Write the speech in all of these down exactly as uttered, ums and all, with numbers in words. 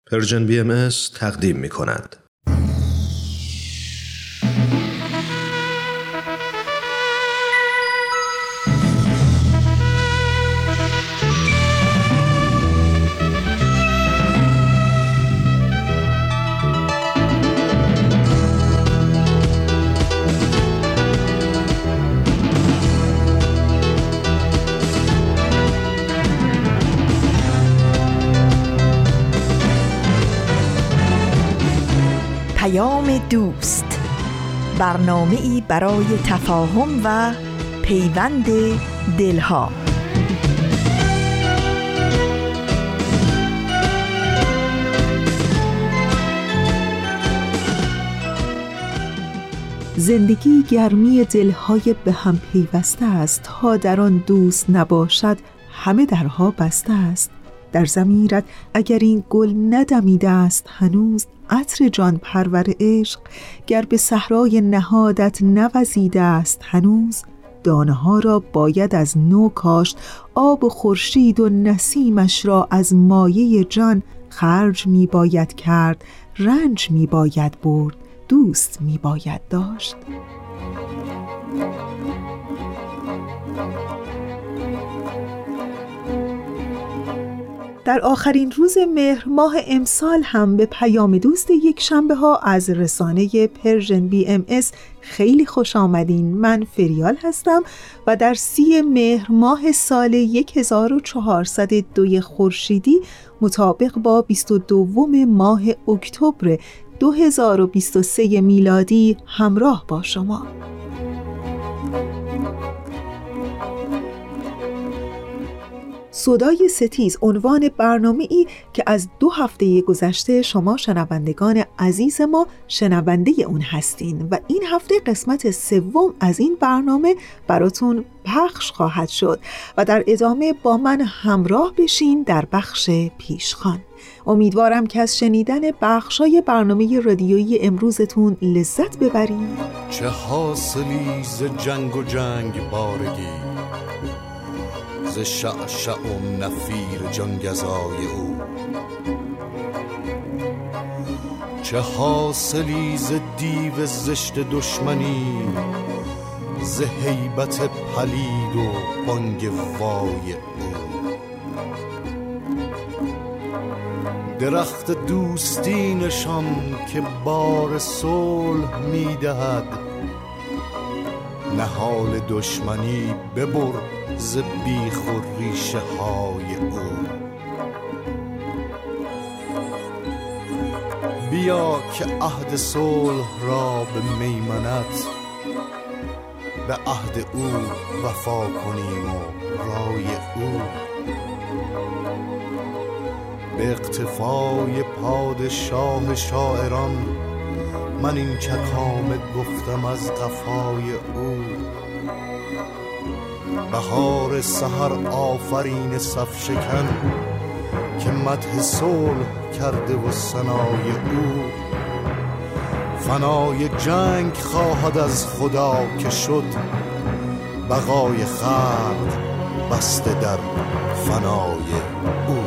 پرژن بی ام اس تقدیم می کند. دوست، برنامه‌ای برای تفاهم و پیوند دلها. زندگی گرمی دلهای به هم پیوسته است. تا در آن دوست نباشد همه درها بسته است. در ضمیرت اگر این گل ندمیده است هنوز، عطر جان پرور عشق گر به صحرای نهادت نوزیده است هنوز، دانه ها را باید از نو کاشت، آب و خورشید و نسیمش را از مایه جان خرج می باید کرد، رنج می باید برد، دوست می باید داشت. در آخرین روز مهر ماه امسال هم به پیام دوست یک شنبه ها از رسانه پرژن بی ام اس خیلی خوش آمدین. من فریال هستم و در سی مهر ماه سال هزار و چهارصد و دو خورشیدی مطابق با بیست و دوم ماه اکتبر دو هزار و بیست و سه میلادی همراه با شما. صدای ستیز عنوان برنامه‌ای که از دو هفته گذشته شما شنوندگان عزیز ما شنونده اون هستین و این هفته قسمت سوم از این برنامه براتون پخش خواهد شد و در ادامه با من همراه بشین در بخش پیشخوان. امیدوارم که از شنیدن بخشای برنامه رادیویی امروزتون لذت ببرید. چه حاصلی ز جنگ و جنگ بارگی، ز شعشع و نفیر جانگزای او، چه حاصلی ز دیو زشت دشمنی، ز هیبت پلید و بانگ وای او. درخت دوستی نشان که بار صلح میدهد، نهال دشمنی ببر ز بیخ و ریشه های او. بیا که عهد صلح را به میمنت، به عهد او وفا کنیم و رای او. به اقتفای پادشاه شاعران من این چکامه گفتم از قفای او. بهار سحر آفرین صف شکن که مدح صلح کرده و ثنای او. فنای جنگ خواهد از خدا که شد، بقای خلق بسته در فنای او.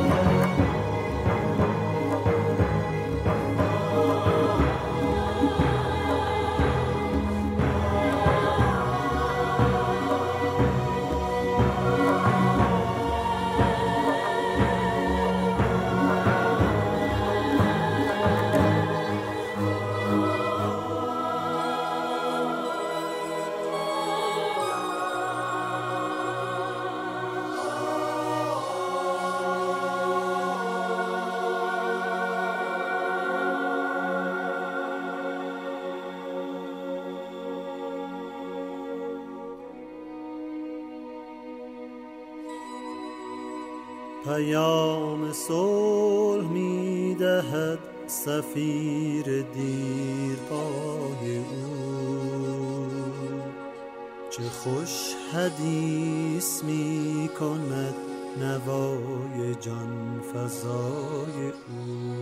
پیام صلح می دهد صفیر دیرپای او، چه خوش حدیث می کند نوای جان فزای او.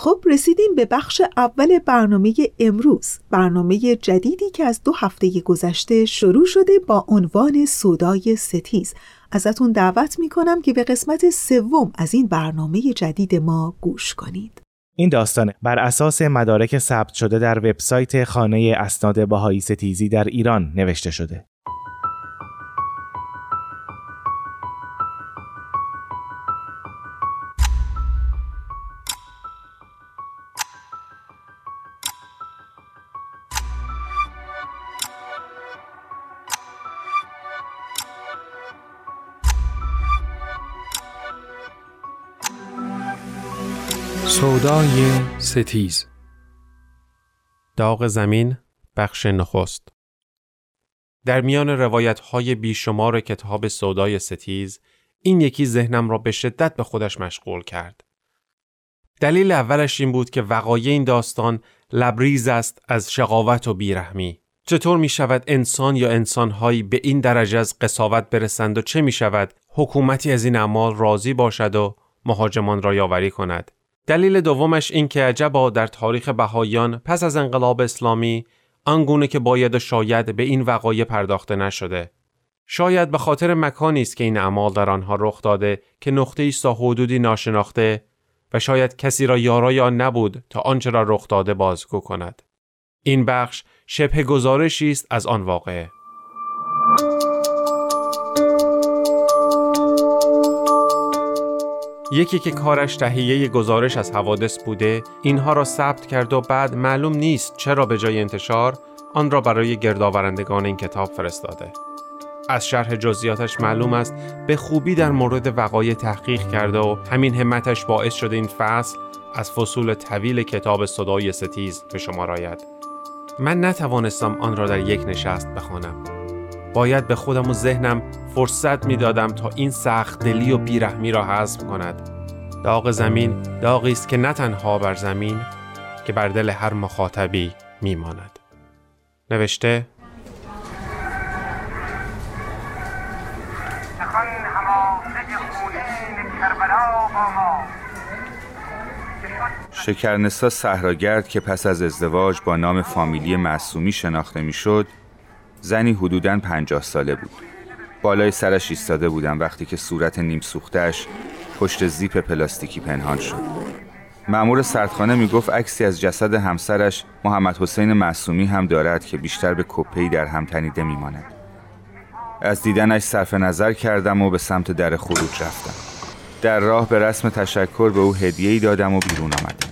خب رسیدیم به بخش اول برنامه امروز، برنامه جدیدی که از دو هفته گذشته شروع شده با عنوان سودای ستیز. ازتون دعوت میکنم که به قسمت سوم از این برنامه جدید ما گوش کنید. این داستان بر اساس مدارک ثبت شده در وبسایت خانه اسناد بهایی ستیزی در ایران نوشته شده. سودای ستیز. داغ زمین، بخش نخست. در میان روایت‌های بیشمار کتاب سودای ستیز، این یکی ذهنم را به شدت به خودش مشغول کرد. دلیل اولش این بود که وقایع این داستان لبریز است از شقاوت و بیرحمی. چطور می شود انسان یا انسان‌هایی به این درجه از قساوت برسند و چه می شود حکومتی از این اعمال راضی باشد و مهاجمان را یاوری کند؟ دلیل دومش این که عجبا در تاریخ بهاییان پس از انقلاب اسلامی آنگونه که باید و شاید به این وقایع پرداخته نشده. شاید به خاطر مکانی است که این اعمال در آنها رخ داده که نقطه‌ای تا حدودی ناشناخته و شاید کسی را یارای آن نبود تا آنچه را رخ داده بازگو کند. این بخش شبه گزارشی است از آن واقعه. یکی که کارش تهیه گزارش از حوادث بوده، اینها را ثبت کرد و بعد معلوم نیست چرا به جای انتشار آن را برای گردآورندگان این کتاب فرستاده. از شرح جزئیاتش معلوم است به خوبی در مورد وقایع تحقیق کرده و همین همتش باعث شده این فصل از فصول طویل کتاب سودای ستیز به شمار آید. من نتوانستم آن را در یک نشست بخوانم. باید به خودم و ذهنم فرصت می دادم تا این سخت دلی و بیرحمی را حذف کند. داغ زمین داغی است که نه تنها بر زمین که بر دل هر مخاطبی می ماند. نوشته شکرنسا صحراگرد که پس از ازدواج با نام فامیلی معصومی شناخته می شد، زنی حدوداً پنجاه ساله بود. بالای سرش ایستاده بودم وقتی که صورت نیم سوخته‌اش پشت زیپ پلاستیکی پنهان شد. مأمور سردخانه می گفت عکسی از جسد همسرش محمد حسین معصومی هم دارد که بیشتر به کپه‌ای در هم تنیده می ماند. از دیدنش صرف نظر کردم و به سمت در خروج رفتم. در راه به رسم تشکر به او هدیه‌ای دادم و بیرون آمدم.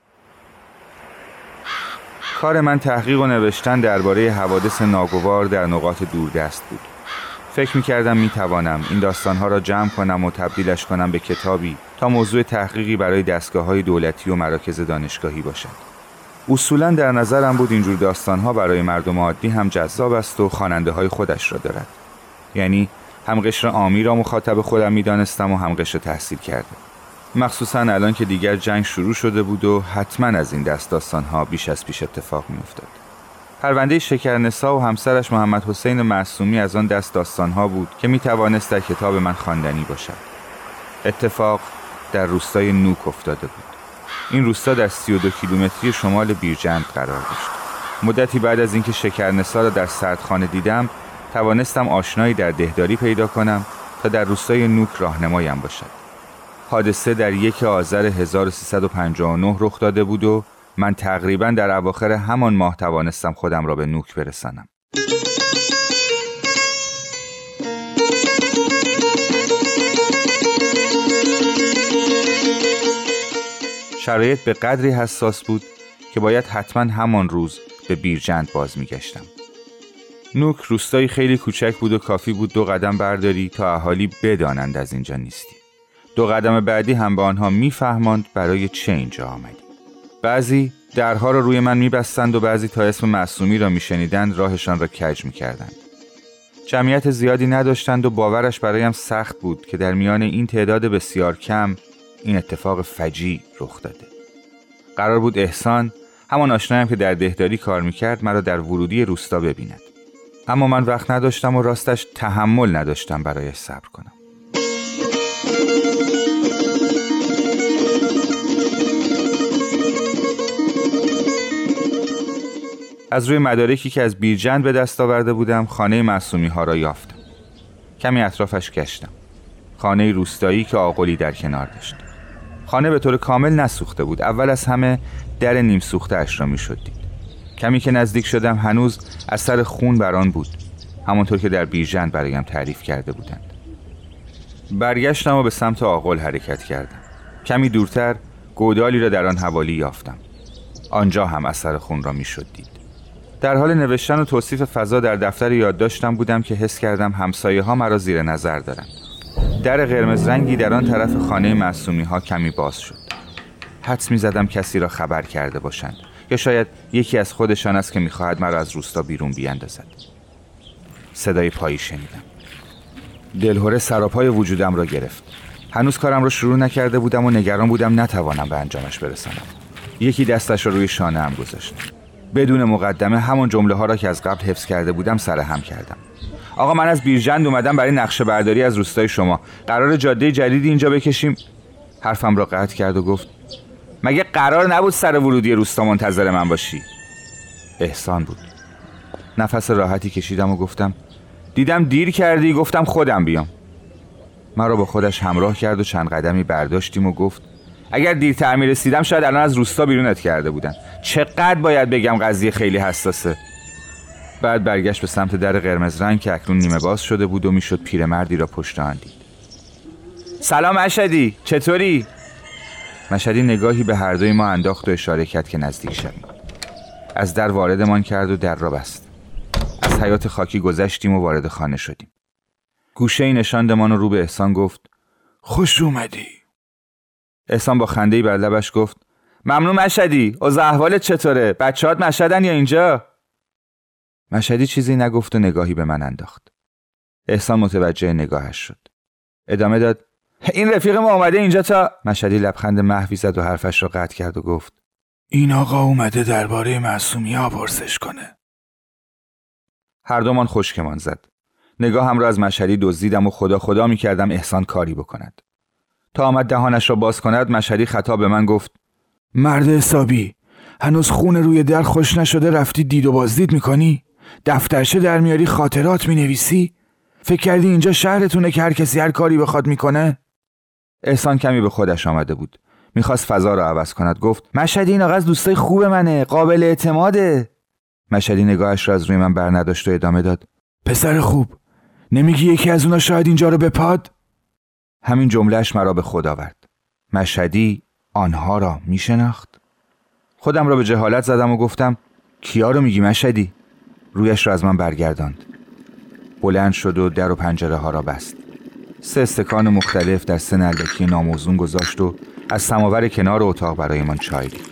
کار من تحقیق و نوشتن درباره حوادث ناگوار در نقاط دوردست بود. فکر می‌کردم می‌توانم این داستان‌ها را جمع کنم و تبدیلش کنم به کتابی تا موضوع تحقیقی برای دستگاه‌های دولتی و مراکز دانشگاهی باشد. اصولاً در نظرم بود اینجور داستان‌ها برای مردم عادی هم جذاب است و خواننده‌های خودش را دارد. یعنی هم قشر عامی را مخاطب خودم می‌دانستم و هم قشر تحصیل کرده. مخصوصاً الان که دیگر جنگ شروع شده بود و حتماً از این دست داستان‌ها بیش از پیش اتفاق می‌افتاد. پرونده شکرنسا و همسرش محمد حسین معصومی از آن دست داستان‌ها بود که می‌توانست در کتاب من خواندنی باشد. اتفاق در روستای نوک افتاده بود. این روستا در سی و دو کیلومتری شمال بیرجند قرار داشت. مدتی بعد از اینکه شکرنسا را در سردخانه دیدم، توانستم آشنایی در دهداری پیدا کنم تا در روستای نوک راهنمایم باشد. حادثه در یک آذر هزار و سیصد و پنجاه و نه رخ داده بود و من تقریباً در اواخر همان ماه توانستم خودم را به نوک برسانم. شرایط به قدری حساس بود که باید حتماً همان روز به بیرجند باز می‌گشتم. نوک روستایی خیلی کوچک بود و کافی بود دو قدم برداری تا اهالی بدانند از اینجا نیستی. دو قدم بعدی هم به آنها میفهماند برای چه اینجا آمدی. بعضی درها را روی من میبستند و بعضی تا اسم معصومی را میشنیدند راهشان را کج میکردند. جمعیت زیادی نداشتند و باورش برایم سخت بود که در میان این تعداد بسیار کم این اتفاق فجیع رخ داده. قرار بود احسان، همان آشنایم که در دهداری کار میکرد، مرا در ورودی روستا ببیند. اما من وقت نداشتم و راستش تحمل نداشتم برایش صبر کنم. از روی مدارکی که از بیرجند به دست آورده بودم خانه معصومی ها را یافتم. کمی اطرافش گشتم. خانه روستایی که آغلی در کنار داشت. خانه به طور کامل نسوخته بود. اول از همه در نیم سوخته اش را می شد دید. کمی که نزدیک شدم هنوز اثر خون بر آن بود، همانطور که در بیرجند برایم تعریف کرده بودند. برگشتم و به سمت آغل حرکت کردم. کمی دورتر گودالی را در آن حوالی یافتم. آنجا هم اثر خون را می شد دید. در حال نوشتن و توصیف فضا در دفتر یادداشتم بودم که حس کردم همسایه ها مرا زیر نظر دارند. در قرمز رنگی در آن طرف خانه معصومی ها کمی باز شد. حدس می زدم کسی را خبر کرده باشند یا شاید یکی از خودشان است که می خواهد مرا از روستا بیرون بیاندازد. صدای پایی شنیدم. دلهره سراپای وجودم را گرفت. هنوز کارم را شروع نکرده بودم و نگران بودم نتوانم به انجامش برسانم. یکی دستش را روی شانه ام گذاشت. بدون مقدمه همان جمله ها را که از قبل حفظ کرده بودم سرهم کردم. آقا من از بیرجند اومدم برای نقشه برداری از روستای شما. قرار جاده جدیدی اینجا بکشیم. حرفم را قطع کرد و گفت مگه قرار نبود سر ورودی روستا منتظر من باشی؟ احسان بود. نفس راحتی کشیدم و گفتم دیدم دیر کردی، گفتم خودم بیام. مرا با خودش همراه کرد و چند قدمی برداشتیم و گفت اگر دیرتر میرسیدم شاید الان از روستا بیرونت کرده بودن. چقدر باید بگم قضیه خیلی حساسه. بعد برگشت به سمت در قرمز رنگ که اکنون نیمه باز شده بود و میشد پیرمردی را پشت آن دید. سلام مشهدی، چطوری؟ مشهدی نگاهی به هر دوی ما انداخت و اشاره کرد که نزدیک شویم. از در واردمان کرد و در را بست. از حیاط خاکی گذشتیم و وارد خانه شدیم. گوشه‌ای نشاندمان و رو به احسان گفت خوش اومدی. احسان با خنده‌ای بر لبش گفت ممنون مشهدی. اوضاع احوالت چطوره؟ بچه‌هات مشهدن یا اینجا؟ مشهدی چیزی نگفت و نگاهی به من انداخت. احسان متوجه نگاهش شد. ادامه داد این رفیق ما اومده اینجا تا. مشهدی لبخند محوی زد و حرفش را قطع کرد و گفت این آقا اومده درباره معصومی‌ها پرسش کنه. هر دومان خشکمان زد. نگاهم را از مشهدی دزدیدم و خدا خدا می کردم احسان کاری بکند. تا آمد دهانش را باز کند مشهدی خطاب به من گفت مرد حسابی، هنوز خون روی در خوش نشده رفتی دید و بازدید میکنی؟ دفترچه در میاری خاطرات مینویسی؟ فکر کردی اینجا شهرتونه که هر کسی هر کاری بخواد میکنه؟ احسان کمی به خودش آمده بود. میخواست فضا را عوض کند. گفت مشهدی این آقا از دوستای خوب منه، قابل اعتماده. مشهدی نگاهش را از روی من بر نداشت و ادامه داد پسر خوب، نمیگی یکی از اونا شاید اینجا رو بپاد؟ همین جملهش مرا به خود آورد. مشهدی آنها را میشناخت؟ خودم را به جهالت زدم و گفتم کیا رو میگی مشهدی؟ رویش را از من برگرداند. بلند شد و در و پنجره ها را بست. سه استکان مختلف در سه نلبکی ناموزون گذاشت و از سماور کنار اتاق برای من چای ریخت.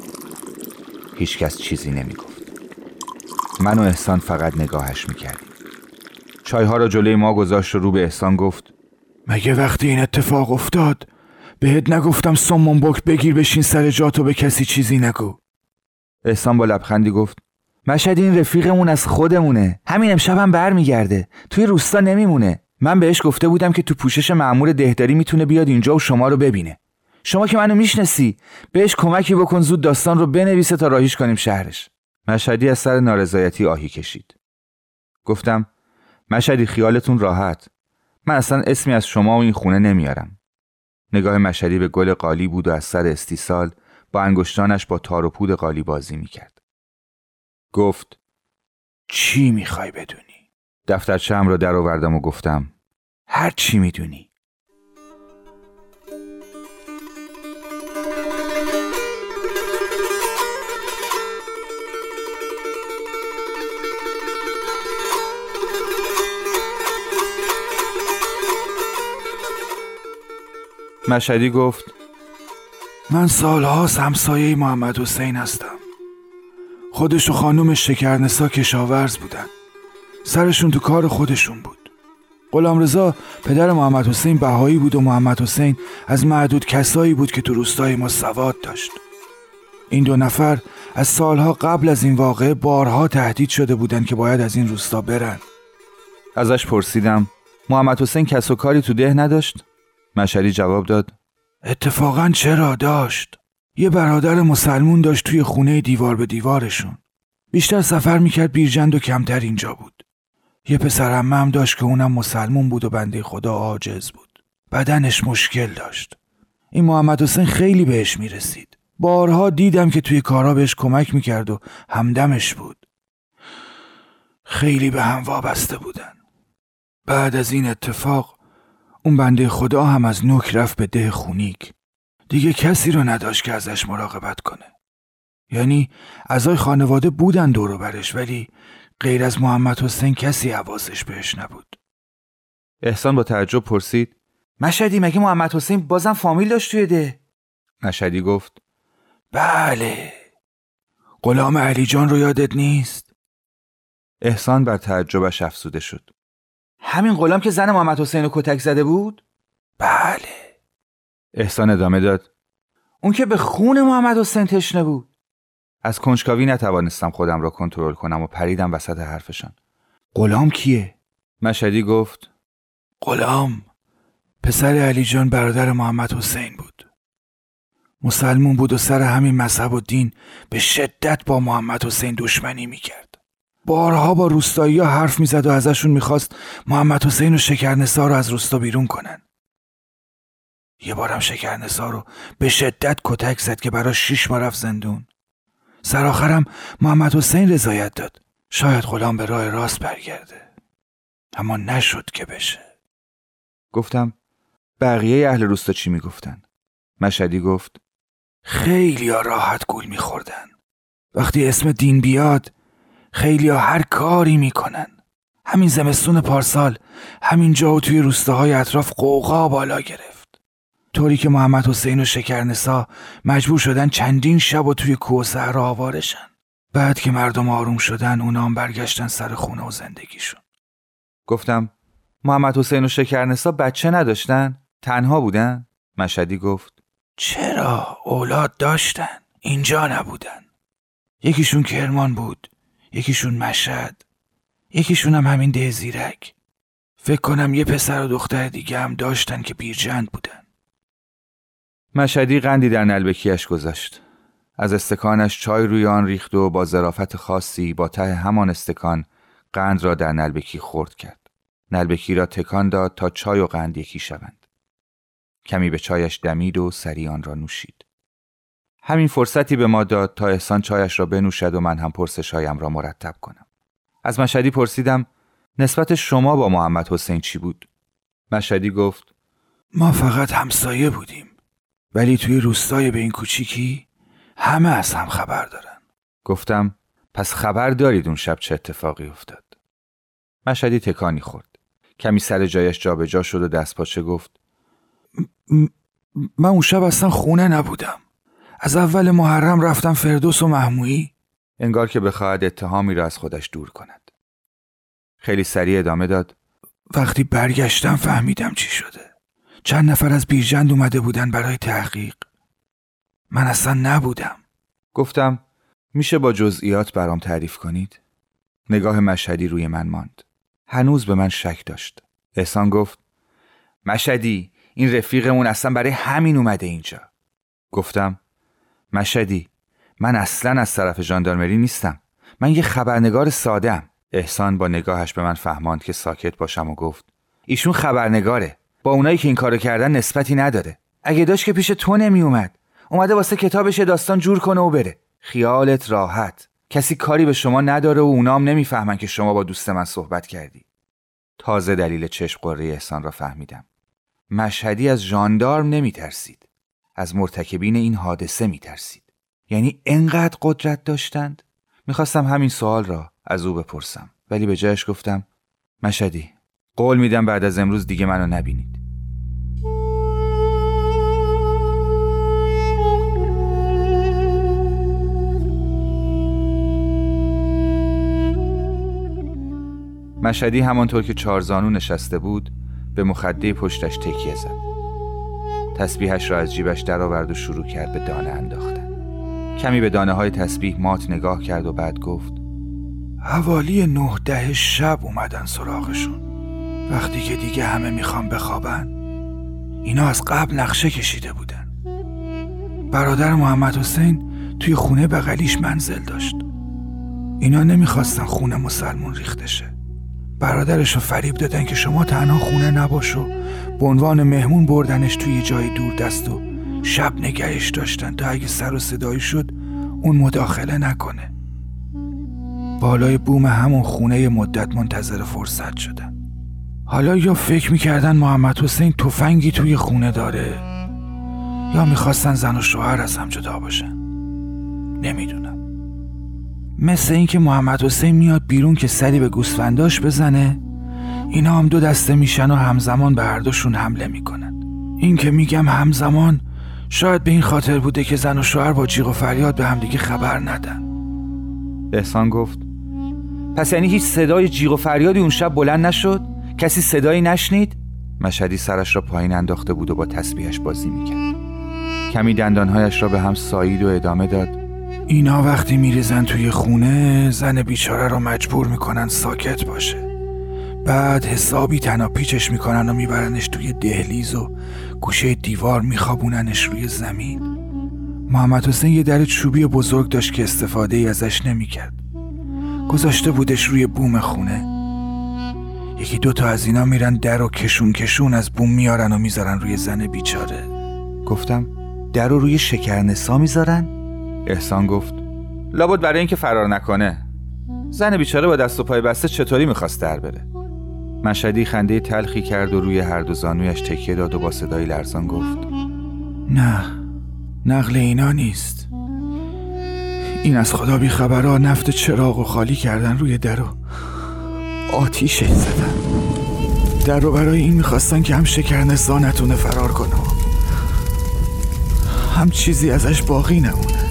هیچ کس چیزی نمی گفت. من و احسان فقط نگاهش میکردیم. چایها را جلوی ما گذاشت و رو به احسان گفت مگه وقتی این اتفاق افتاد بهت نگفتم سمون بک بگیر بشین سر جات و به کسی چیزی نگو؟ احسان با لبخندی گفت مشهدی این رفیقمون از خودمونه، همین امشب هم بر میگرده، توی روستا نمیمونه. من بهش گفته بودم که تو پوشش مأمور دهداری میتونه بیاد اینجا و شما رو ببینه. شما که منو میشناسی، بهش کمکی بکن زود داستان رو بنویسه تا راهیش کنیم شهرش. مشهدی از سر نارضایتی آهی کشید. گفتم مشهدی خیالتون راحت، من اصلا اسمی از شما و این خونه نمیارم. نگاه مشهدی به گل قالی بود و از سر استیصال با انگشتانش با تار و پود قالی بازی میکرد. گفت چی میخوای بدونی؟ دفترچه‌ام را در آوردم و گفتم هر چی میدونی. مشهدی گفت من سالهاست همسایه محمد حسین هستم. خودش و خانومش شکرنسا کشاورز بودن. سرشون تو کار خودشون بود. غلامرضا پدر محمد حسین بهایی بود و محمد حسین از معدود کسایی بود که تو روستای ما سواد داشت. این دو نفر از سالها قبل از این واقعه بارها تهدید شده بودن که باید از این روستا برن. ازش پرسیدم محمد حسین کس و کاری تو ده نداشت؟ مشهدی جواب داد اتفاقاً چرا داشت. یه برادر مسلمون داشت توی خونه دیوار به دیوارشون. بیشتر سفر میکرد بیرجند و کمتر اینجا بود. یه پسر عمه هم داشت که اونم مسلمون بود و بنده خدا عاجز بود. بدنش مشکل داشت. این محمد حسین خیلی بهش میرسید. بارها دیدم که توی کارا بهش کمک میکرد و همدمش بود. خیلی به هم وابسته بودن. بعد از این اتفاق اون بنده خدا هم از نوک رفت به ده خونیک. دیگه کسی رو نداشت که ازش مراقبت کنه. یعنی اعضای خانواده بودن دور و برش، ولی غیر از محمد حسین کسی حواسش بهش نبود. احسان با تعجب پرسید: مشهدی مگه محمد حسین بازم فامیل داشت توی ده؟ مشهدی گفت: بله. غلام علی جان رو یادت نیست؟ احسان بر تعجبش افزوده شد. همین غلام که زن محمد حسین رو کتک زده بود؟ بله. احسان ادامه داد: اون که به خون محمد حسین تشنه بود. از کنجکاوی نتوانستم خودم را کنترل کنم و پریدم وسط حرفشان. غلام کیه؟ مشهدی گفت: غلام پسر علی جان برادر محمد حسین بود. مسلمون بود و سر همین مذهب و دین به شدت با محمد حسین دشمنی میکرد. بارها با روستایی ها حرف میزد و ازشون میخواست محمد حسین و شکرنسا رو از روستا بیرون کنن. یه بارم شکرنسا رو به شدت کتک زد که برای شیش ماه رفت زندون. سرآخرم محمد حسین رضایت داد شاید غلام به راه راست برگرده، اما نشد که بشه. گفتم: بقیه اهل روستا چی میگفتن؟ مشهدی گفت: خیلی ها راحت گول میخوردن. وقتی اسم دین بیاد خیلی ها هر کاری میکنن. همین زمستون پارسال همین جا و توی روستاهای اطراف قوقا بالا گرفت، طوری که محمد حسین و شکرنسا مجبور شدن چندین شب و توی کوه و صحرا آوارشن. بعد که مردم آروم شدن اونا هم برگشتن سر خونه و زندگیشون. گفتم: محمد حسین و شکرنسا بچه نداشتن؟ تنها بودن؟ مشهدی گفت: چرا؟ اولاد داشتن، اینجا نبودن. یکیشون کرمان بود، یکیشون مشهد، یکیشون هم همین ده زیرک. فکر کنم یه پسر و دختر دیگه هم داشتن که بیرجند بودن. مشهدی قندی در نلبکیش گذاشت. از استکانش چای روی آن ریخت و با ظرافت خاصی با ته همان استکان قند را در نلبکی خرد کرد. نلبکی را تکان داد تا چای و قند یکی شوند. کمی به چایش دمید و سریع آن را نوشید. همین فرصتی به ما داد تا احسان چایش را بنوشد و من هم پرسش‌هایم را مرتب کنم. از مشهدی پرسیدم: نسبت شما با محمد حسین چی بود؟ مشهدی گفت: ما فقط همسایه بودیم، ولی توی روستای به این کوچیکی همه از هم خبر دارن. گفتم: پس خبر دارید اون شب چه اتفاقی افتاد؟ مشهدی تکانی خورد. کمی سر جایش جابجا شد و دستپاچه گفت: م- من اون شب اصلا خونه نبودم. از اول محرم رفتم فردوس و محمویی. انگار که بخواهد اتهامی را از خودش دور کند. خیلی سریع ادامه داد: وقتی برگشتم فهمیدم چی شده. چند نفر از بیرجند اومده بودن برای تحقیق. من اصلا نبودم. گفتم: میشه با جزئیات برام تعریف کنید؟ نگاه مشهدی روی من ماند. هنوز به من شک داشت. احسان گفت: مشهدی، این رفیقمون اصلا برای همین اومده اینجا. گفتم: مشهدی، من اصلا از طرف ژاندارمری نیستم. من یه خبرنگار ساده‌ام. احسان با نگاهش به من فهماند که ساکت باشم و گفت: ایشون خبرنگاره. با اونایی که این کارو کردن نسبتی نداره. اگه داشت که پیش تو نمی اومد. اومده واسه کتابش داستان جور کنه و بره. خیالت راحت. کسی کاری به شما نداره و اونام نمیفهمن که شما با دوست من صحبت کردی. تازه دلیل چشم قره احسان را فهمیدم. مشهدی از ژاندارم نمیترسید. از مرتکبین این حادثه میترسید. یعنی انقدر قدرت داشتند؟ میخواستم همین سوال را از او بپرسم، ولی به جایش گفتم: مشهدی، قول میدم بعد از امروز دیگه منو نبینید. مشهدی همانطور که چارزانو نشسته بود به مخده پشتش تکیه زد. تسبیحش را از جیبش درآورد و شروع کرد به دانه انداختن. کمی به دانه های تسبیح مات نگاه کرد و بعد گفت: حوالی نه ده شب اومدن سراغشون. وقتی که دیگه همه میخوان بخوابن، اینا از قبل نقشه کشیده بودن. برادر محمد حسین توی خونه بغلیش منزل داشت. اینا نمیخواستن خونه مسلمون ریخته شه. برادرشو فریب دادن که شما تنها خونه نباشو، به عنوان مهمون بردنش توی جای دور دست و شب نگهش داشتن تا اگه سر و صدایی شد اون مداخله نکنه. بالای بوم همون خونه مدت منتظر فرصت شدن. حالا یا فکر میکردن محمد حسین تفنگی توی خونه داره یا میخواستن زن و شوهر از هم جدا باشن. نمیدونم. مثل این که محمد حسین میاد بیرون که سری به گوسفنداش بزنه، اینا هم دو دسته میشن و همزمان به هر دوشون حمله میکنن. این که میگم همزمان شاید به این خاطر بوده که زن و شوهر با جیغ و فریاد به همدیگه خبر ندن. احسان گفت پس یعنی هیچ صدای جیغ و فریادی اون شب بلند نشد؟ کسی صدایی نشنید؟ مشهدی سرش را پایین انداخته بود و با تسبیحش بازی میکرد. کمی دندانهایش را به هم سایید و ادامه داد. اینا وقتی میریزن توی خونه زن بیچاره رو مجبور میکنن ساکت باشه. بعد حسابی تناپیچش میکنن و میبرنش توی دهلیز و گوشه دیوار میخوابوننش روی زمین. محمد حسین یه در چوبی بزرگ داشت که استفاده ای ازش نمیکرد. گذاشته بودش روی بوم خونه. یکی دوتا از اینا میرن در و کشون کشون از بوم میارن و میذارن روی زن بیچاره. گفتم در رو روی شکرنسا میذارن؟ احسان گفت لابد برای اینکه فرار نکنه. زن بیچاره با دست و پای بسته چطوری میخواست در بره؟ مشهدی خنده تلخی کرد و روی هر دو زانویش تکیه داد و با صدای لرزان گفت نه، نقل اینا نیست. این از خدا بی خبرها نفت چراغ و خالی کردن روی در و آتیشش زدن. در رو برای این میخواستن که هم شکرنسا نتونه فرار کنه هم چیزی ازش باقی نمونه.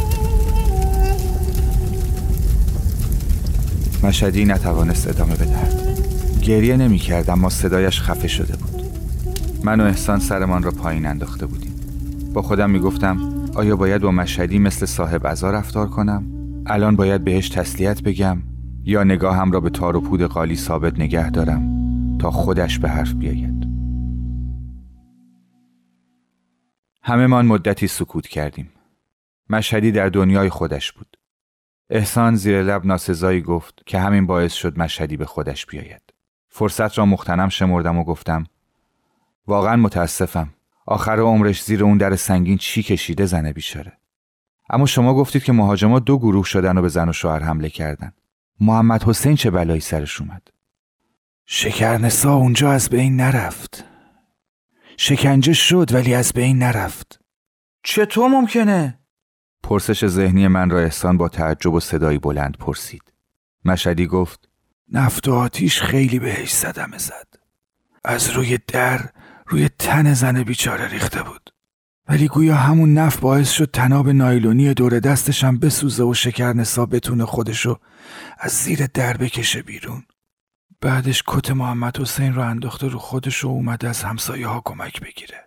مشهدی نتوانست ادامه بدهد. گریه نمی کرد اما صدایش خفه شده بود. من و احسان سرمان را پایین انداخته بودیم. با خودم می گفتم آیا باید با مشهدی مثل صاحب عزا رفتار کنم؟ الان باید بهش تسلیت بگم یا نگاهم را به تار و پود قالی ثابت نگه دارم تا خودش به حرف بیاید؟ همه من مدتی سکوت کردیم. مشهدی در دنیای خودش بود. احسان زیر لب ناسزایی گفت که همین باعث شد مشهدی به خودش بیاید. فرصت را مغتنم شمردم و گفتم واقعا متاسفم. آخر عمرش زیر اون در سنگین چی کشیده زن بیچاره. اما شما گفتید که مهاجما دو گروه شدن و به زن و شوهر حمله کردن. محمد حسین چه بلایی سرش اومد؟ شکرنسا اونجا از بین نرفت. شکنجه شد ولی از بین نرفت. چطور ممکنه؟ پرسش ذهنی من را احسان با تعجب و صدایی بلند پرسید. مشهدی گفت نفت و آتیش خیلی بهش صدمه زد. از روی در روی تن زن بیچاره ریخته بود. ولی گویا همون نفت باعث شد تناب نایلونی دور دستش هم بسوزه و شکرنسا بتونه خودشو از زیر در بکشه بیرون. بعدش کت محمد حسین رو انداخته رو خودش و اومده از همسایه ها کمک بگیره.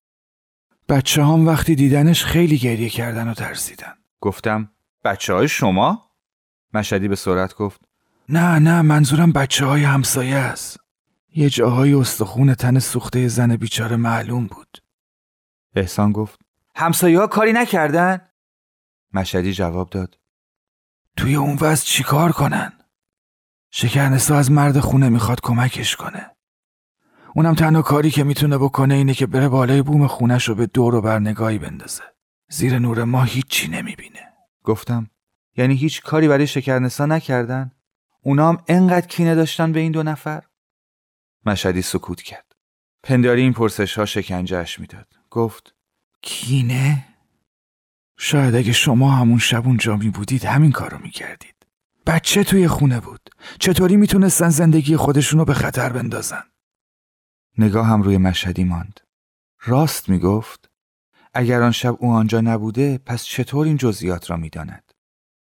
بچه هم وقتی دیدنش خیلی گریه کردن و ترسیدن. گفتم بچه های شما؟ مشهدی به سرعت گفت نه نه منظورم بچه های همسایه است. یه جاهای استخون تن سوخته زن بیچاره معلوم بود. احسان گفت همسایه ها کاری نکردن؟ مشهدی جواب داد توی اون وضع چی کار کنن؟ شکرنسا از مرد خونه میخواد کمکش کنه. اونم تنها کاری که میتونه بکنه اینه که بره بالای بوم خونش رو به دور و بر نگاهی بندازه. زیر نور ما هیچی نمیبینه. گفتم یعنی هیچ کاری برای شکرنسا نکردن؟ اونا هم انقدر کینه داشتن به این دو نفر؟ مشهدی سکوت کرد. پنداری این پرسش ها شکنجهش میداد. گفت کینه؟ شاید اگه شما همون شب اونجا می بودید همین کارو میکردید. بچه توی خونه بود. چطوری میتونستن زندگی خودشونو به خطر بندازن؟ نگاه هم روی مشهدی ماند. راست میگفت. اگر آن شب او آنجا نبوده پس چطور این جزئیات را میداند؟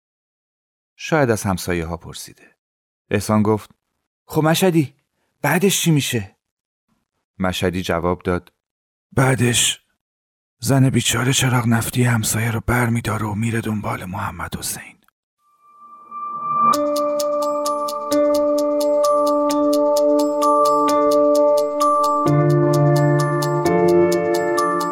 شاید از همسایه ها پرسیده. احسان گفت خب مشهدی بعدش چی میشه؟ مشهدی جواب داد بعدش زن بیچاره چراغ نفتی همسایه رو بر میداره و میره دنبال محمد حسین.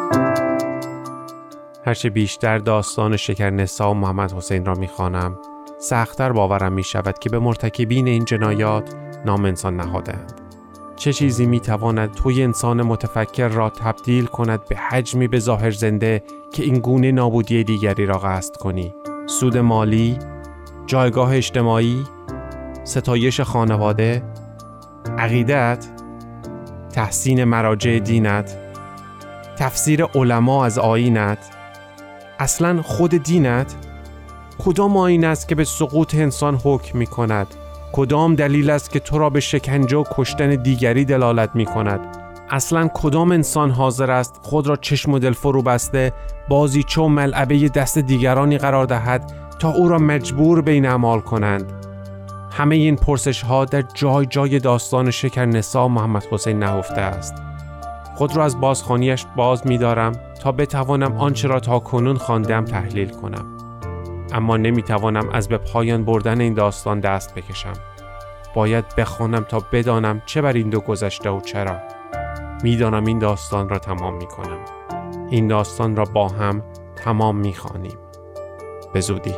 هرچه بیشتر داستان شکرنسا و محمد حسین را میخوانم سخت‌تر باورم می شود که به مرتکبین این جنایات نام انسان نهاده‌اند. چه چیزی می تواند توی انسان متفکر را تبدیل کند به حجمی به ظاهر زنده که این گونه نابودی دیگری را قصد کنی؟ سود مالی، جایگاه اجتماعی، ستایش خانواده، عقیدت، تحسین مراجع دینت، تفسیر علما از آیینت، اصلاً خود دینت. کدام آیین است که به سقوط انسان حکم می کند؟ کدام دلیل است که تو را به شکنجه و کشتن دیگری دلالت می کند؟ اصلاً کدام انسان حاضر است خود را چشم و دل فرو بسته بازیچه و ملعبه دست دیگرانی قرار دهد تا او را مجبور به این اعمال کنند؟ همه این پرسش ها در جای جای داستان شکرنسا محمد حسین نهفته است. خود را از بازخوانیش باز می دارم تا بتوانم آنچه را تا کنون خواندم تحلیل کنم. اما نمی توانم از به پایان بردن این داستان دست بکشم. باید بخوانم تا بدانم چه بر این دو گذشته و چرا. می دانم این داستان را تمام می کنم. این داستان را با هم تمام می خوانیم. به زودی.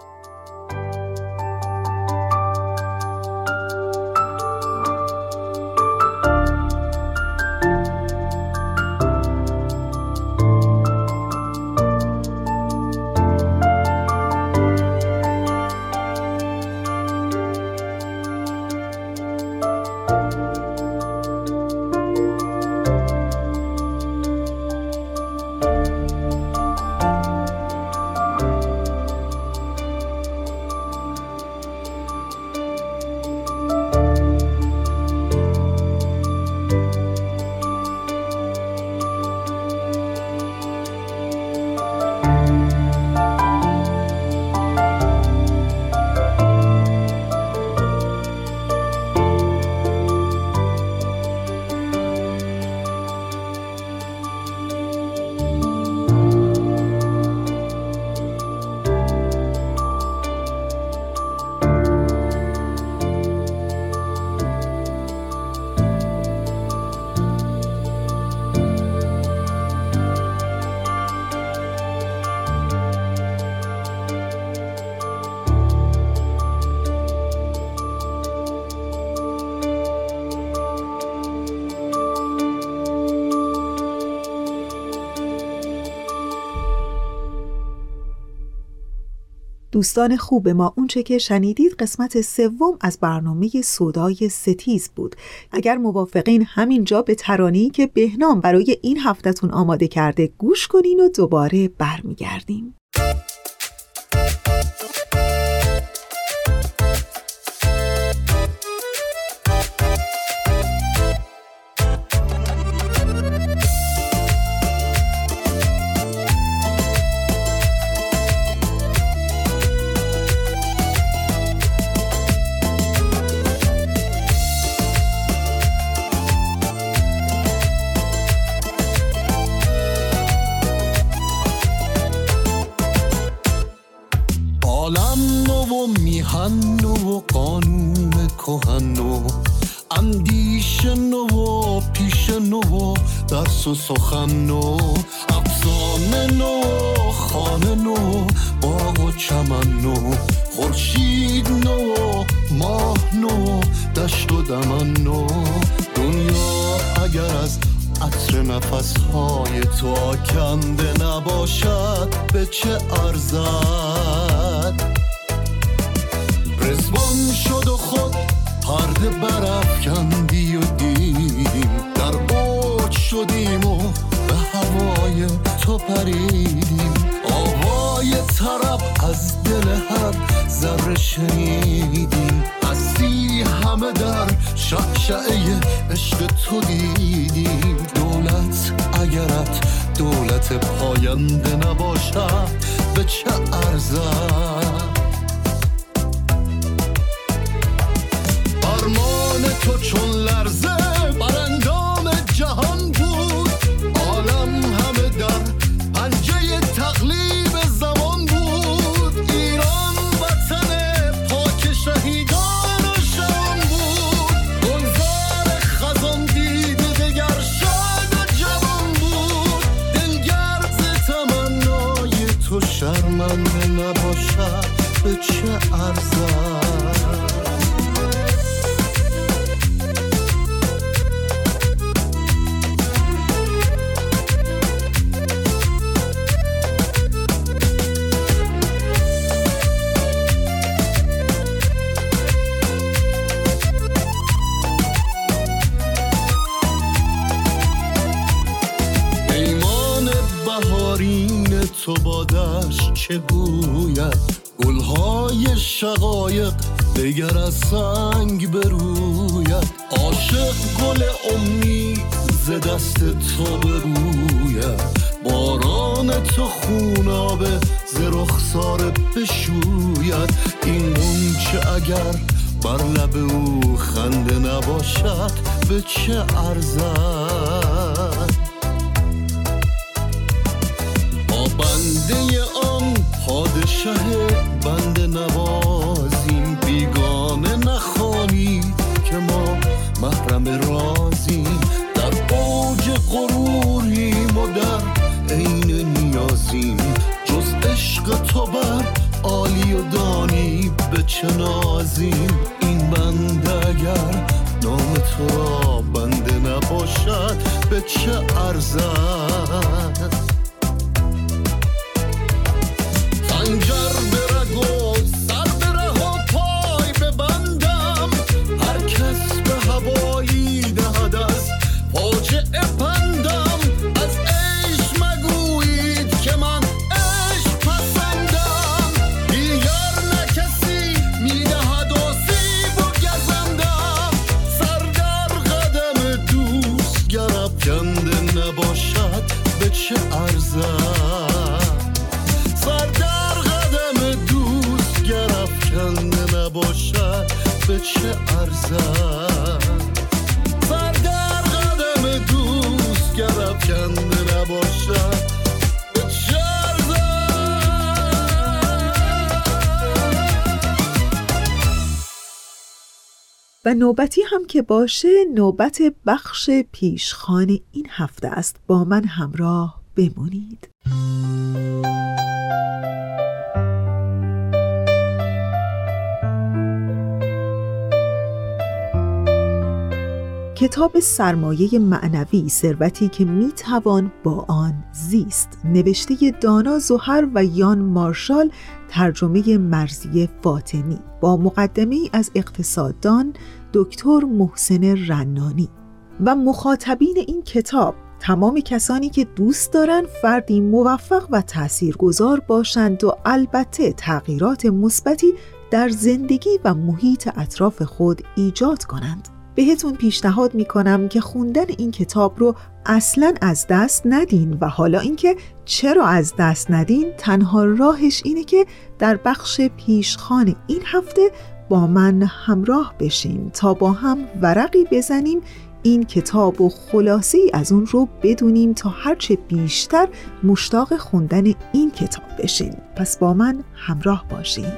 دوستان خوب ما، اونچه که شنیدید قسمت سوم از برنامه سودای ستیز بود. اگر موافقین همینجا به ترانه‌ای که بهنام برای این هفته‌تون آماده کرده گوش کنین و دوباره برمیگردیم. میهن و قانون کهن و اندیشه نو و پیش نو و درس و سخن نو، افسانه نو، خانه نو، باغ و چمن نو، خورشید نو، ماه نو، دشت و دمن نو. دنیا اگر از عطر نفسهای تو آکنده نباشد به چه ارزد؟ رزوان شد و خود پرده برافکندی و دیدیم، در اوج شدیم و به هوای تو پریدیم. آوای طرب از دل هر ذره شنیدیم، هستی همه در شعشعه عشق تو دیدیم. دولت اگرت دولت پاینده نباشد به چه ارزد؟ فرمان تو چون لرزه بر اندام جهان بود، عالم همه در پنجه تقلیب زمان بود. ایران وطن پاک شهیدان و شان بود، گلزار خزان دیده دگر شاد و جوان بود. دلگرد تمنای تو شرمنده نباشد به چه ارزد. تو بادش چه گوید، گلهای شقایق دگر از سنگ بروید. عاشق گل امید ز دست تو بروید، باران تو خونابه ز رخسار بشوید. این غنچه اگر بر لب او خنده نباشد به چه ارزد. بنده آن پادشه بنده نوازیم، بیگانه نخوانید که ما محرم رازیم. در اوج غروریم و در عین نیازیم، جز عشق تو بر عالی و دانی به چه نازیم. این بنده اگر نام تو را بنده نباشد به چه ارزد. خنجر به رگ و سر به ره و پای ببندم، هر کس به هوایی دهد از فاجعه پندم. از عشق مگویید که من عشق پسندم، دیگر نه کسی میدهد آسیب و گزندم. سر در قدم دوست گر افکنده نباشد به چه ارزد. سر نباشد به چه ارزد. سر در قدم دوست گر افکنده نباشد به چه ارزد. و نوبتی هم که باشه، نوبت بخش پیشخوان این هفته است. با من همراه بمونید. کتاب سرمایه معنوی، ثروتی که میتوان با آن زیست، نوشته دانا زهر و یان مارشال، ترجمه مرضیه فاطمی، با مقدمه‌ای از اقتصاددان دکتر محسن رنانی. و مخاطبین این کتاب تمام کسانی که دوست دارن فردی موفق و تاثیرگذار باشند و البته تغییرات مثبتی در زندگی و محیط اطراف خود ایجاد کنند. بهتون پیشنهاد میکنم که خوندن این کتاب رو اصلاً از دست ندین و حالا اینکه چرا از دست ندین، تنها راهش اینه که در بخش پیشخوان این هفته با من همراه بشین تا با هم ورقی بزنیم، این کتاب و خلاصه‌ای از اون رو بدونیم تا هرچه بیشتر مشتاق خوندن این کتاب بشین. پس با من همراه باشین.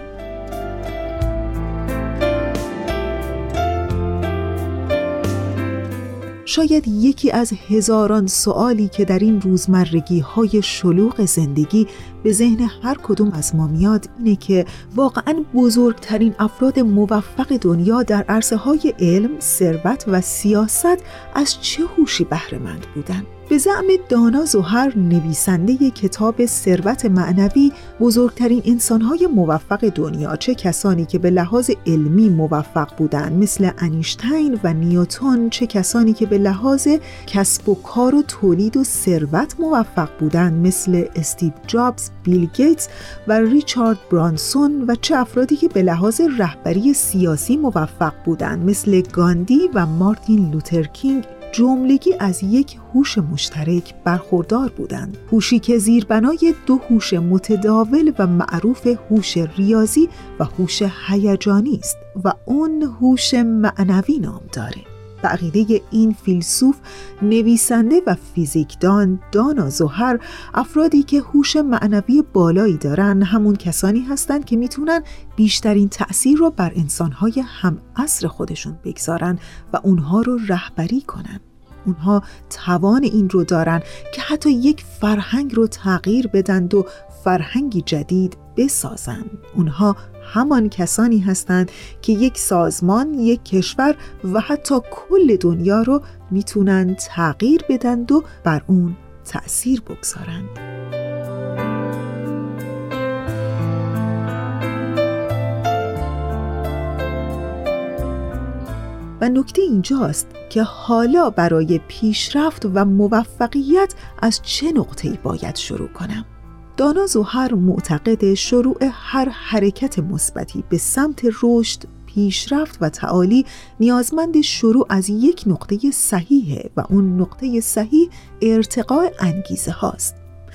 شاید یکی از هزاران سوالی که در این روزمرگی های شلوغ زندگی به ذهن هر کدوم از ما میاد اینه که واقعاً بزرگترین افراد موفق دنیا در عرصه های علم، ثروت و سیاست از چه هوشی بهره مند بودن؟ به زعم دانا زهر، نویسنده کتاب ثروت معنوی، بزرگترین انسانهای موفق دنیا، چه کسانی که به لحاظ علمی موفق بودند مثل انیشتین و نیوتن، چه کسانی که به لحاظ کسب و کار و تولید و ثروت موفق بودند مثل استیو جابز، بیل گیتس و ریچارد برانسون، و چه افرادی که به لحاظ رهبری سیاسی موفق بودند مثل گاندی و مارتین لوتر کینگ، جملگی از یک هوش مشترک برخوردار بودند. هوشی که زیربنای دو هوش متداول و معروف هوش ریاضی و هوش هیجانی است و اون هوش معنوی نام داره. به عقیده این فیلسوف، نویسنده و فیزیکدان دانا زهر، افرادی که هوش معنوی بالایی دارن همون کسانی هستند که میتونن بیشترین تأثیر رو بر انسانهای هم عصر خودشون بگذارن و اونها رو رهبری کنن. اونها توان این رو دارن که حتی یک فرهنگ رو تغییر بدن و فرهنگی جدید بسازن. اونها همان کسانی هستند که یک سازمان، یک کشور و حتی کل دنیا رو میتونن تغییر بدن و بر اون تأثیر بگذارند. و نکته اینجاست که حالا برای پیشرفت و موفقیت از چه نقطه‌ای باید شروع کنم؟ دانا زوهر معتقد شروع هر حرکت مثبتی به سمت رشد، پیشرفت و تعالی نیازمند شروع از یک نقطه صحیحه و اون نقطه صحیح ارتقاء انگیزه هاست.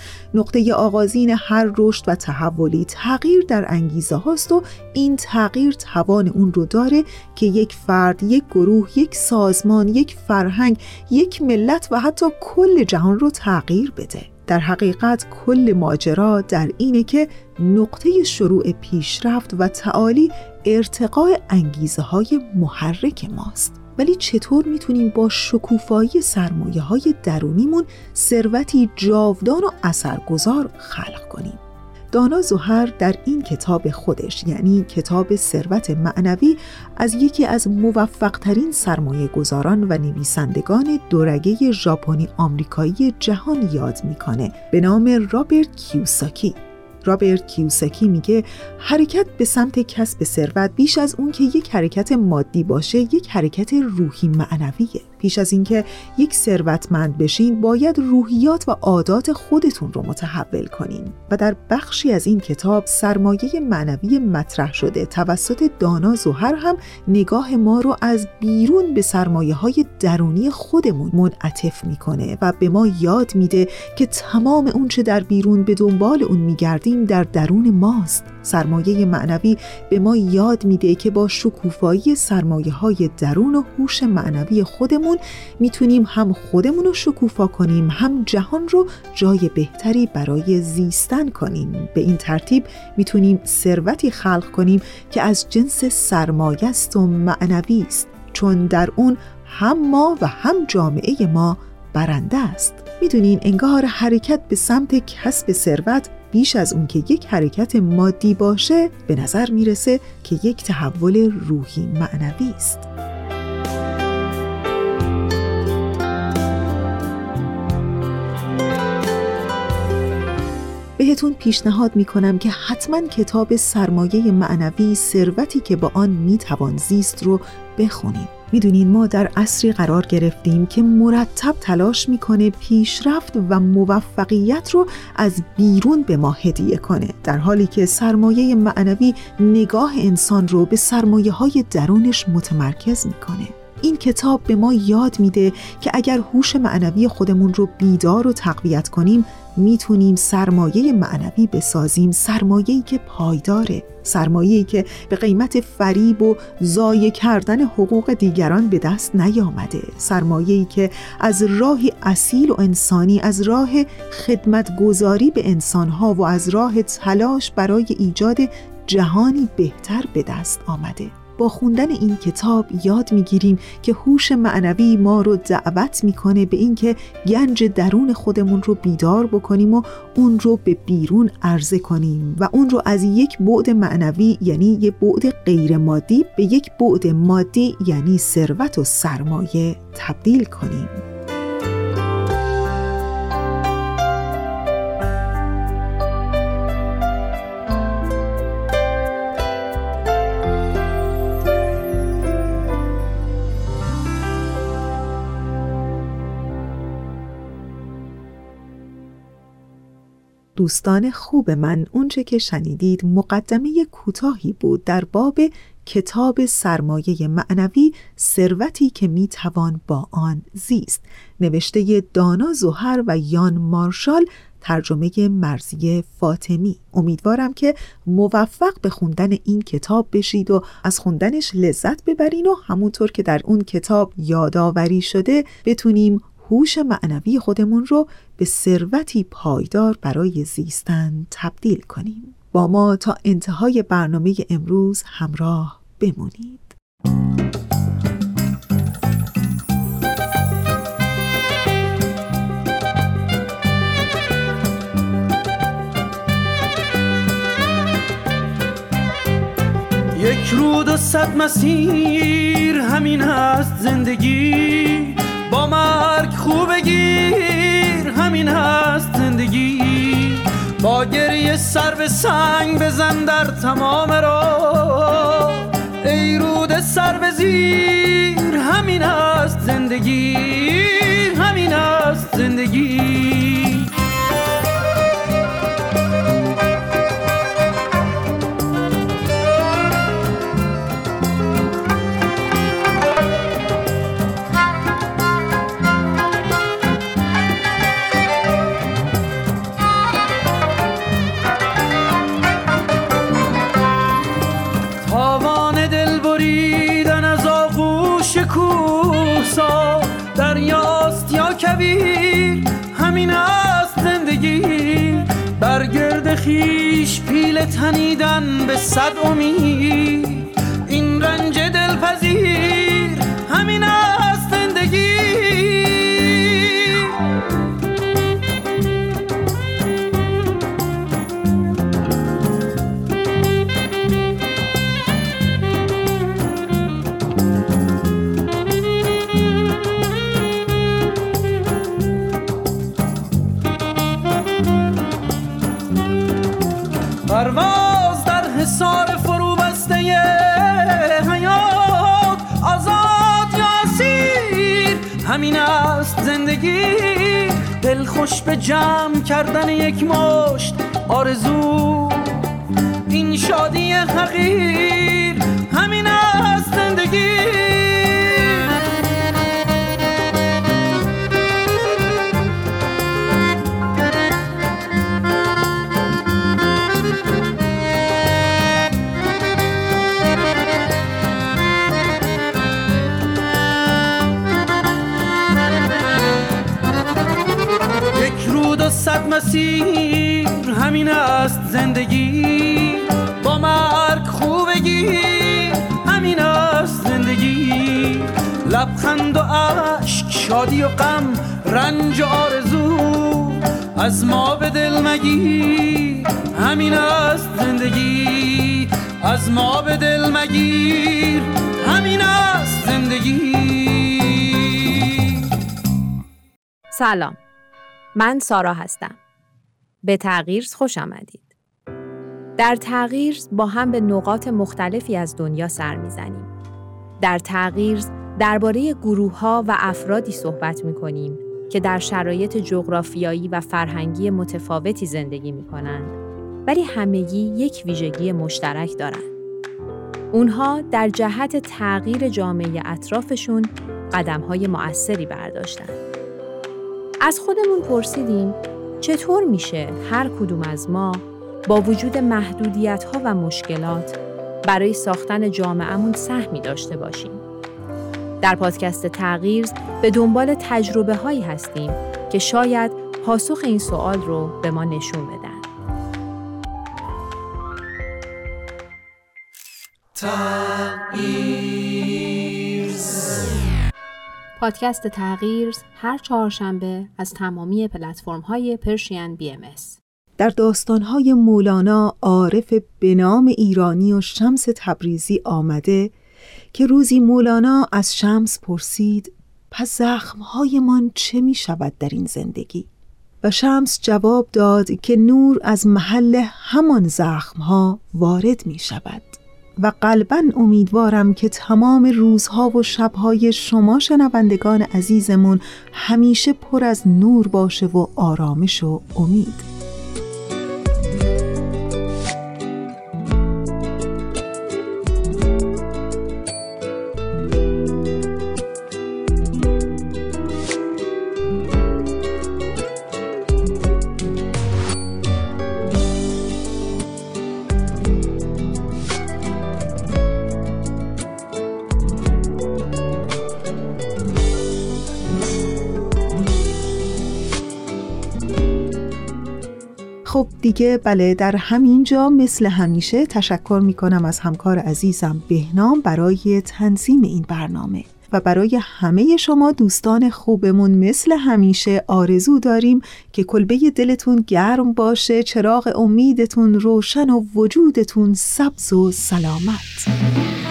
نقطه آغازین هر رشد و تحولی تغییر در انگیزه هاست و این تغییر توان اون رو داره که یک فرد، یک گروه، یک سازمان، یک فرهنگ، یک ملت و حتی کل جهان رو تغییر بده. در حقیقت کل ماجرا در اینه که نقطه شروع پیشرفت و تعالی ارتقاء انگیزه های محرک ماست. ولی چطور میتونیم با شکوفایی سرمایه های درونیمون ثروتی جاودان و اثرگذار خلق کنیم؟ دانا زوهر در این کتاب خودش، یعنی کتاب ثروت معنوی، از یکی از موفق‌ترین سرمایه گذاران و نویسندگان دورگه ژاپنی آمریکایی جهان یاد میکنه به نام رابرت کیوساکی. رابرت کیوساکی میگه حرکت به سمت کسب ثروت بیش از اون که یک حرکت مادی باشه، یک حرکت روحی معنویه. پیش از اینکه یک ثروتمند بشین باید روحیات و عادات خودتون رو متحول کنین. و در بخشی از این کتاب سرمایه معنوی مطرح شده توسط دانا زوهر هم نگاه ما رو از بیرون به سرمایه های درونی خودمون منعطف میکنه و به ما یاد میده که تمام اون چه در بیرون به دنبال اون میگردیم در درون ماست. سرمایه معنوی به ما یاد میده که با شکوفایی سرمایه های درون و هوش معنوی خودمون میتونیم هم خودمون رو شکوفا کنیم، هم جهان رو جای بهتری برای زیستن کنیم. به این ترتیب میتونیم ثروتی خلق کنیم که از جنس سرمایه است و معنوی است، چون در اون هم ما و هم جامعه ما برنده است. میدونین انگار حرکت به سمت کسب ثروت بیش از اون که یک حرکت مادی باشه، به نظر میرسه که یک تحول روحی معنوی است. بهتون پیشنهاد میکنم که حتما کتاب سرمایه معنوی، ثروتی که با آن میتوان زیست رو بخونید. میدونین ما در عصری قرار گرفتیم که مرتب تلاش میکنه پیشرفت و موفقیت رو از بیرون به ما هدیه کنه، در حالی که سرمایه معنوی نگاه انسان رو به سرمایه های درونش متمرکز میکنه. این کتاب به ما یاد میده که اگر هوش معنوی خودمون رو بیدار و تقویت کنیم، میتونیم سرمایه معنوی بسازیم، سرمایه‌ای که پایداره، سرمایه‌ای که به قیمت فریب و ضایع کردن حقوق دیگران به دست نیامده، سرمایه‌ای که از راهی اصیل و انسانی، از راه خدمتگزاری به انسان‌ها و از راه تلاش برای ایجاد جهانی بهتر به دست آمده. با خوندن این کتاب یاد میگیریم که هوش معنوی ما رو دعوت میکنه به این که گنج درون خودمون رو بیدار بکنیم و اون رو به بیرون عرضه کنیم و اون رو از یک بعد معنوی یعنی یک بعد غیر مادی به یک بعد مادی یعنی ثروت و سرمایه تبدیل کنیم. دوستان خوب من، اونچه که شنیدید مقدمه کوتاهی بود در باب کتاب سرمایه معنوی، ثروتی که میتوان با آن زیست، نوشته دانا زوهر و یان مارشال، ترجمه مرضیه فاطمی. امیدوارم که موفق به خوندن این کتاب بشید و از خوندنش لذت ببرین و همونطور که در اون کتاب یادآوری شده بتونیم هوش معنوی خودمون رو به ثروتی پایدار برای زیستن تبدیل کنیم. با ما تا انتهای برنامه امروز همراه بمونید. یک رود و صد مسیر، همین هست زندگی. با مرگ خوب گیر، همین هست زندگی. با گریه سر به سنگ بزن در تمام راه، ای رود سر به زیر، همین هست زندگی، همین هست زندگی. دریاست یا کویر، همین است زندگی. برگرد خیش پیل تنیدن به صد امید، این رنج دلپذیر، همین است زندگی. پرواز در حصار فرو بسته حیات، آزاد یا اسیر، همین است زندگی. دل خوش به جمع کردن یک مشت آرزو، این شادی حقیر، همین است زندگی. صد مسیر، همین است زندگی. با مرگ خوبگی، همین است زندگی. لبخند و عشق، شادی و غم، رنج و آرزو، از ما به دل مگیر، همین است زندگی. از ما به دل مگیر، همین است زندگی. سلام، من سارا هستم. به تغییرز خوش آمدید. در تغییرز با هم به نقاط مختلفی از دنیا سر میزنیم. در تغییرز درباره گروه‌ها و افرادی صحبت می‌کنیم که در شرایط جغرافیایی و فرهنگی متفاوتی زندگی می‌کنند، ولی همگی یک ویژگی مشترک دارند. اونها در جهت تغییر جامعه اطرافشون قدم‌های مؤثری برداشتند. از خودمون پرسیدیم چطور میشه هر کدوم از ما با وجود محدودیت‌ها و مشکلات برای ساختن جامعه‌مون سهمی داشته باشیم. در پادکست تغییرز به دنبال تجربه هایی هستیم که شاید پاسخ این سوال رو به ما نشون بدن. تغییرز پادکست تغییرز هر چهارشنبه از تمامی پلتفرم‌های پرشین بی ام اس. در داستان‌های مولانا عارف به نام ایرانی و شمس تبریزی آمده که روزی مولانا از شمس پرسید پس زخم‌هایمان چه می شود در این زندگی؟ و شمس جواب داد که نور از محل همان زخم‌ها وارد می شود و قلباً امیدوارم که تمام روزها و شب‌های شما شنوندگان عزیزمون همیشه پر از نور باشه و آرامش و امید. خب دیگه بله، در همینجا مثل همیشه تشکر میکنم از همکار عزیزم بهنام برای تنظیم این برنامه و برای همه شما دوستان خوبمون مثل همیشه آرزو داریم که کلبه دلتون گرم باشه، چراغ امیدتون روشن و وجودتون سبز و سلامت.